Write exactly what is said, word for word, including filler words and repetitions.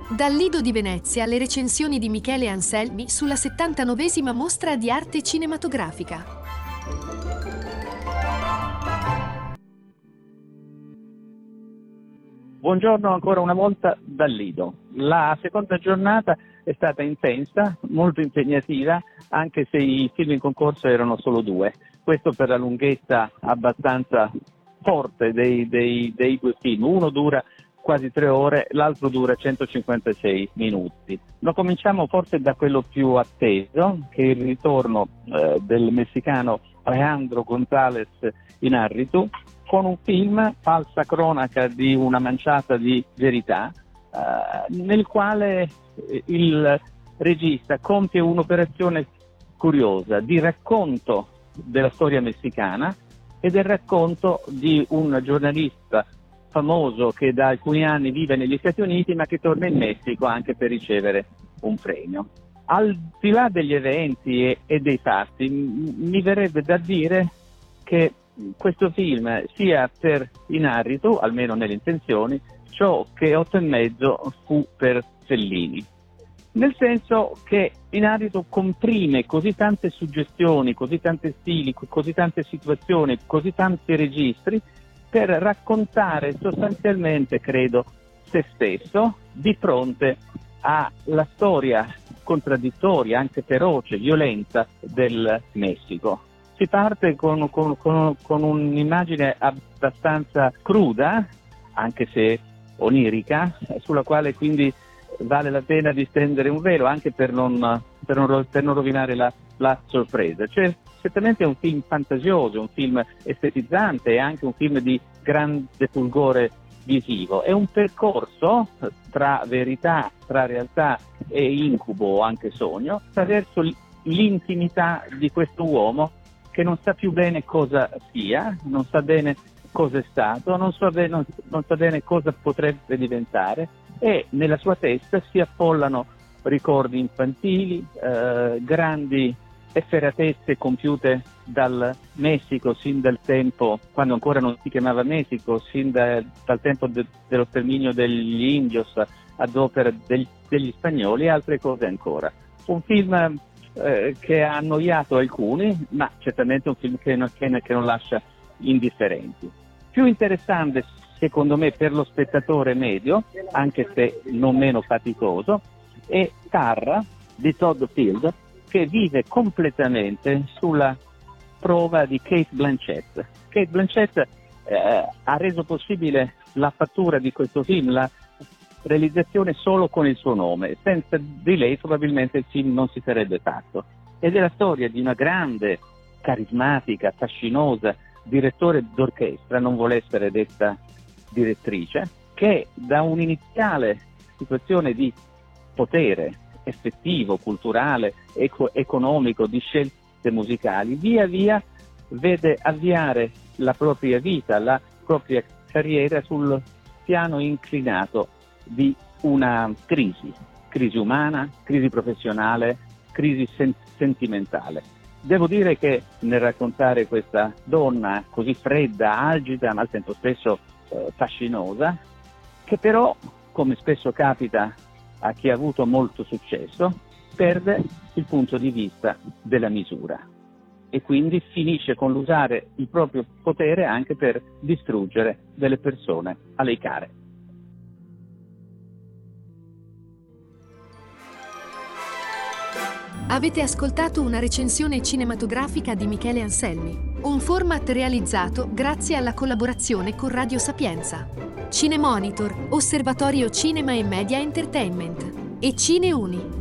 Dal Lido di Venezia le recensioni di Michele Anselmi sulla settantanovesima Mostra di Arte Cinematografica. Buongiorno ancora una volta dal Lido. La seconda giornata è stata intensa, molto impegnativa, anche se i film in concorso erano solo due. Questo per la lunghezza abbastanza forte dei, dei, dei due film. Uno dura quasi tre ore, l'altro dura centocinquantasei minuti. Lo cominciamo forse da quello più atteso, che è il ritorno eh, del messicano Alejandro González Iñárritu, con un film, falsa cronaca di una manciata di verità, eh, nel quale il regista compie un'operazione curiosa di racconto della storia messicana e del racconto di un giornalista famoso che da alcuni anni vive negli Stati Uniti ma che torna in Messico anche per ricevere un premio. Al di là degli eventi e, e dei fatti, m- mi verrebbe da dire che questo film sia per Iñárritu, almeno nelle intenzioni, ciò che otto e mezzo fu per Fellini. Nel senso che Iñárritu comprime così tante suggestioni, così tanti stili, così tante situazioni, così tanti registri per raccontare sostanzialmente, credo, se stesso di fronte alla storia contraddittoria, anche feroce, violenta del Messico. Si parte con, con, con, con un'immagine abbastanza cruda, anche se onirica, sulla quale quindi vale la pena di stendere un velo, anche per non, per non, per non rovinare la, la sorpresa. Cioè, certamente è un film fantasioso, un film estetizzante e anche un film di grande fulgore visivo. È un percorso tra verità, tra realtà e incubo o anche sogno, attraverso l'intimità di questo uomo che non sa più bene cosa sia, non sa bene cosa è stato, non sa bene, non, non sa bene cosa potrebbe diventare, e nella sua testa si affollano ricordi infantili, eh, grandi efferatezze compiute dal Messico sin dal tempo, quando ancora non si chiamava Messico, sin da, dal tempo de, dello sterminio degli indios ad opera del, degli spagnoli e altre cose ancora. Un film eh, che ha annoiato alcuni, ma certamente un film che non, che, che non lascia indifferenti. Più interessante, secondo me, per lo spettatore medio, anche se non meno faticoso, è Carra di Todd Field, che vive completamente sulla prova di Cate Blanchett. Cate Blanchett eh, ha reso possibile la fattura di questo film, la realizzazione solo con il suo nome. Senza di lei probabilmente il film non si sarebbe fatto. Ed è la storia di una grande, carismatica, fascinosa direttore d'orchestra, non vuole essere detta direttrice, che da un'iniziale situazione di potere effettivo, culturale, eco- economico, di scelte musicali, via via vede avviare la propria vita, la propria carriera sul piano inclinato di una crisi, crisi umana, crisi professionale, crisi sen- sentimentale. Devo dire che nel raccontare questa donna così fredda, agita, ma al tempo stesso eh, fascinosa, che però, come spesso capita a chi ha avuto molto successo, perde il punto di vista della misura e quindi finisce con l'usare il proprio potere anche per distruggere delle persone a lei care. Avete ascoltato una recensione cinematografica di Michele Anselmi, un format realizzato grazie alla collaborazione con Radio Sapienza, Cinemonitor, Osservatorio Cinema e Media Entertainment e Cineuni.